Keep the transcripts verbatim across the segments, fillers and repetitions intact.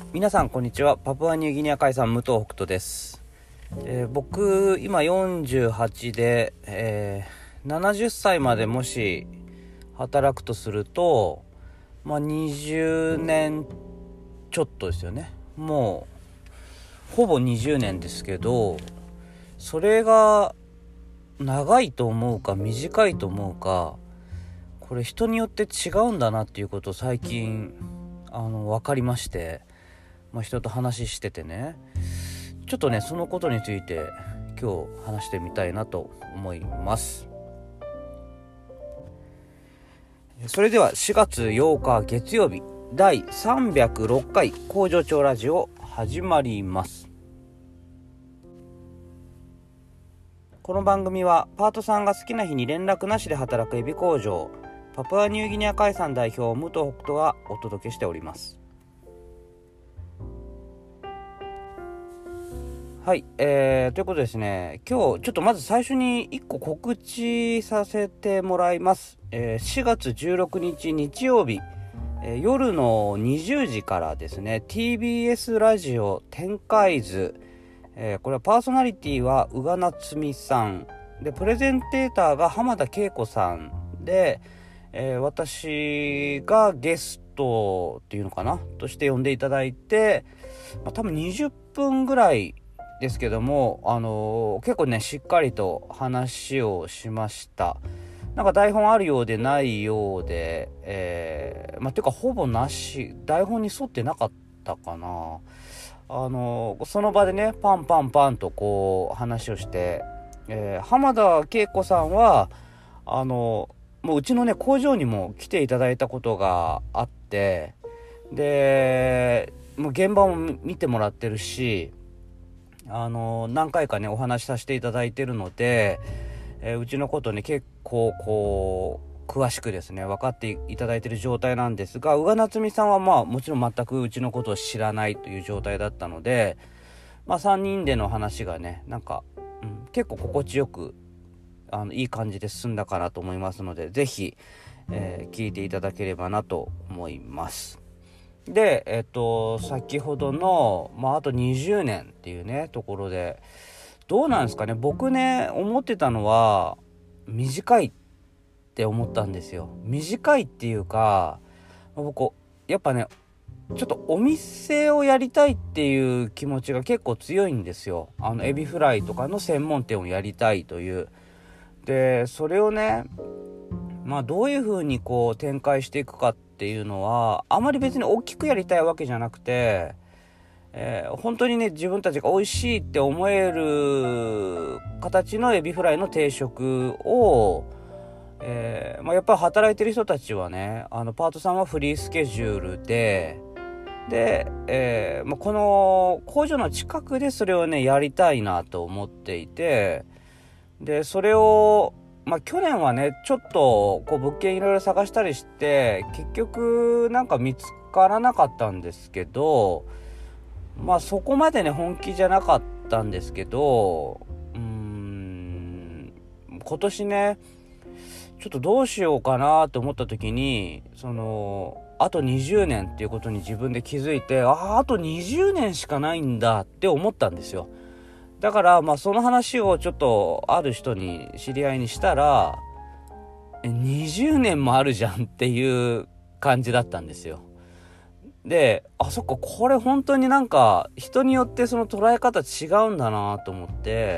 皆さんこんにちは。パプアニューギニア海産武藤北斗です。えー、僕今よんじゅうはちで、えー、ななじゅっさいまでもし働くとすると、まあ、にじゅうねんちょっとですよね。もうほぼにじゅうねんですけど、それが長いと思うか短いと思うか、これ人によって違うんだなっていうことを最近あの分かりまして、まあ、人と話しててね、ちょっとねそのことについて今日話してみたいなと思います。それではしがつようか月曜日だいさんびゃくろっかい工場長ラジオ始まります。この番組はパートさんが好きな日に連絡なしで働くエビ工場パプアニューギニア海産代表武藤北斗がお届けしております。はい、えー、ということですね、今日ちょっとまず最初にいっこ告知させてもらいます。えー、しがつじゅうろくにち日曜日、えー、夜のにじゅうじからですね ティービーエス ラジオ展開図、えー、これはパーソナリティは宇賀なつみさんで、プレゼンテーターが浜田恵子さんで、えー、私がゲストっていうのかなとして呼んでいただいて、まあ、多分にじゅっぷんぐらいですけども、あのー、結構ねしっかりと話をしました。なんか台本あるようでないようで、えー、まあていうかほぼなし、台本に沿ってなかったかな。あのー、その場でねパンパンパンとこう話をして、えー、浜田恵子さんはあのー、もううちのね工場にも来ていただいたことがあって、でもう現場も見てもらってるし、あの何回かねお話しさせていただいてるので、えー、うちのことね結構こう詳しくですね分かっていただいてる状態なんですが、宇賀なつみさんはまあもちろん全くうちのことを知らないという状態だったので、まあさんにんでの話がねなんか、うん、結構心地よくあのいい感じで進んだかなと思いますので、ぜひ、えー、聞いていただければなと思います。で、えっと、先ほどの、まあ、あとにじゅうねんっていうね、ところで、どうなんですかね、僕ね、思ってたのは、短いって思ったんですよ。短いっていうか、僕、やっぱね、ちょっとお店をやりたいっていう気持ちが結構強いんですよ。あの、エビフライとかの専門店をやりたいという。で、それをね、まあ、どういう風にこう展開していくかっていうのはあまり別に大きくやりたいわけじゃなくて、えー、本当にね自分たちが美味しいって思える形のエビフライの定食を、えーまあ、やっぱり働いてる人たちはね、あのパートさんはフリースケジュールでで、えーまあ、この工場の近くでそれをねやりたいなと思っていて、でそれをまあ去年はねちょっとこう物件いろいろ探したりして結局なんか見つからなかったんですけど、まあそこまでね本気じゃなかったんですけど、うーん今年ねちょっとどうしようかなと思った時に、そのあとにじゅうねんっていうことに自分で気づいて、あああとにじゅうねんしかないんだって思ったんですよ。だからまあその話をちょっとある人に知り合いにしたら、えにじゅうねんもあるじゃんっていう感じだったんですよ。で、あ、そっか、これ本当になんか人によってその捉え方違うんだなと思って、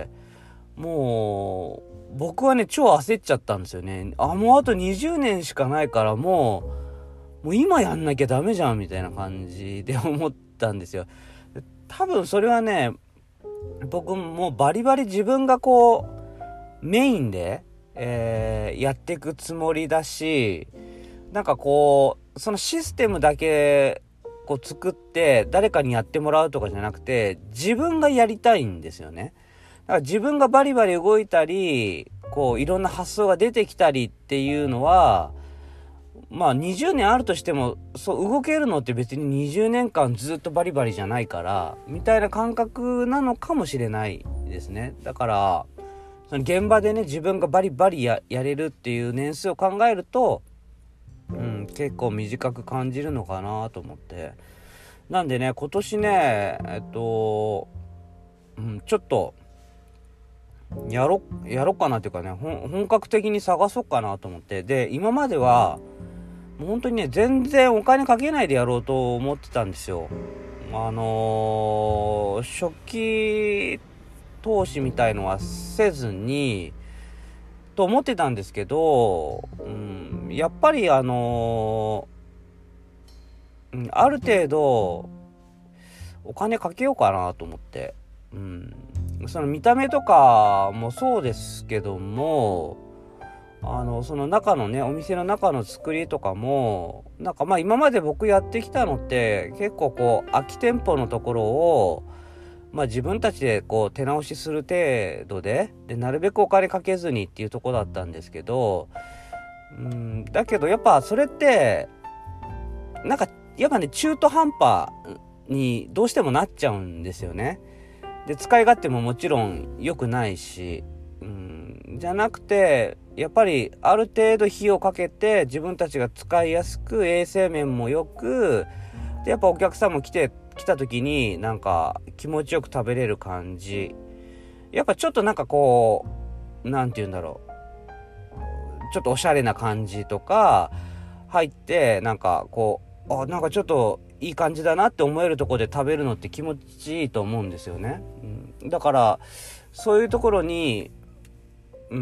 もう僕はね超焦っちゃったんですよね。あ、もうあとにじゅうねんしかないからもうもう今やんなきゃダメじゃんみたいな感じで思ったんですよ。多分それはね、僕もバリバリ自分がこうメインで、えー、やっていくつもりだし、なんかこうそのシステムだけこう作って誰かにやってもらうとかじゃなくて自分がやりたいんですよね。だから自分がバリバリ動いたりこういろんな発想が出てきたりっていうのは、まあにじゅうねんあるとしてもそう動けるのって別ににじゅうねんかんずっとバリバリじゃないからみたいな感覚なのかもしれないですね。だからその現場でね自分がバリバリ や, やれるっていう年数を考えると、うん、結構短く感じるのかなと思って、 なんでね、今年ね、えっと、うん、ちょっと、やろ、やろっかなっていうかね、本格的に探そうかなと思って。で、今までは、もう本当にね、全然お金かけないでやろうと思ってたんですよ。あのー、初期投資みたいのはせずに、と思ってたんですけど、うん、やっぱりあのー、ある程度、お金かけようかなと思って。うん。その見た目とかもそうですけども、あの、その中のね、お店の中の作りとかも、なんかまあ今まで僕やってきたのって、結構こう、空き店舗のところを、まあ自分たちでこう手直しする程度で、で、なるべくお金かけずにっていうところだったんですけど、うん、だけどやっぱそれって、なんか、やっぱね、中途半端にどうしてもなっちゃうんですよね。で、使い勝手ももちろん良くないし、うん、じゃなくて、やっぱりある程度費をかけて自分たちが使いやすく、衛生面も良く、で、やっぱお客さんも来て、来た時になんか気持ちよく食べれる感じ。やっぱちょっとなんかこう、なんて言うんだろう。ちょっとおしゃれな感じとか、入って、なんかこう、あ、なんかちょっといい感じだなって思えるところで食べるのって気持ちいいと思うんですよね。うん、だから、そういうところに、うん、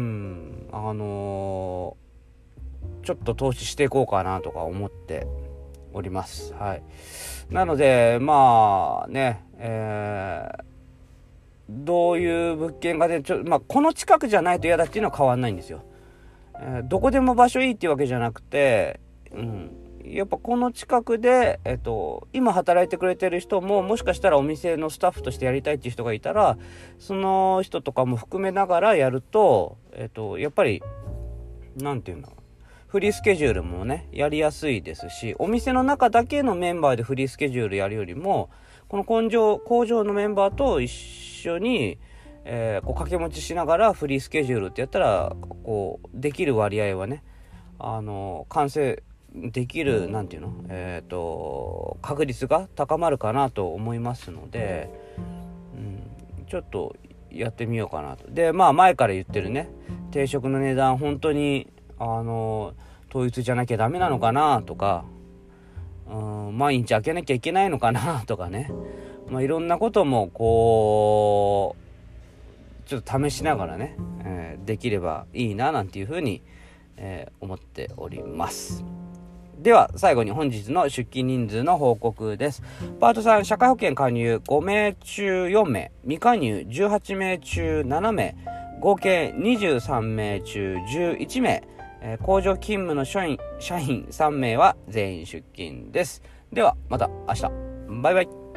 あのー、ちょっと投資していこうかなとか思っております。はい。なので、まあね、えー、どういう物件がで、ちょ、まあ、この近くじゃないと嫌だっていうのは変わんないんですよ。えー、どこでも場所いいっていうわけじゃなくて、うん。やっぱこの近くで、えっと、今働いてくれてる人も、もしかしたらお店のスタッフとしてやりたいっていう人がいたら、その人とかも含めながらやると、えっと、やっぱり、なんていうの、フリースケジュールもね、やりやすいですし、お店の中だけのメンバーでフリースケジュールやるよりも、この工場、工場のメンバーと一緒に、えー、こう掛け持ちしながらフリースケジュールってやったら、こう、できる割合はね、あの、完成、できる、なんていうの、えっと、確率が高まるかなと思いますので、うん、ちょっとやってみようかなと。で、まあ前から言ってるね、定食の値段本当に、あの、統一じゃなきゃダメなのかなとか、うん、毎日開けなきゃいけないのかなとかね、まあいろんなこともこう、ちょっと試しながらね、えー、できればいいななんていうふうに、えー、思っております。では最後に本日の出勤人数の報告です。パートさん、社会保険加入ご名中よん名、未加入じゅうはち名中なな名、合計にじゅうさん名中じゅういち名、えー、工場勤務の社員、社員さん名は全員出勤です。ではまた明日。バイバイ。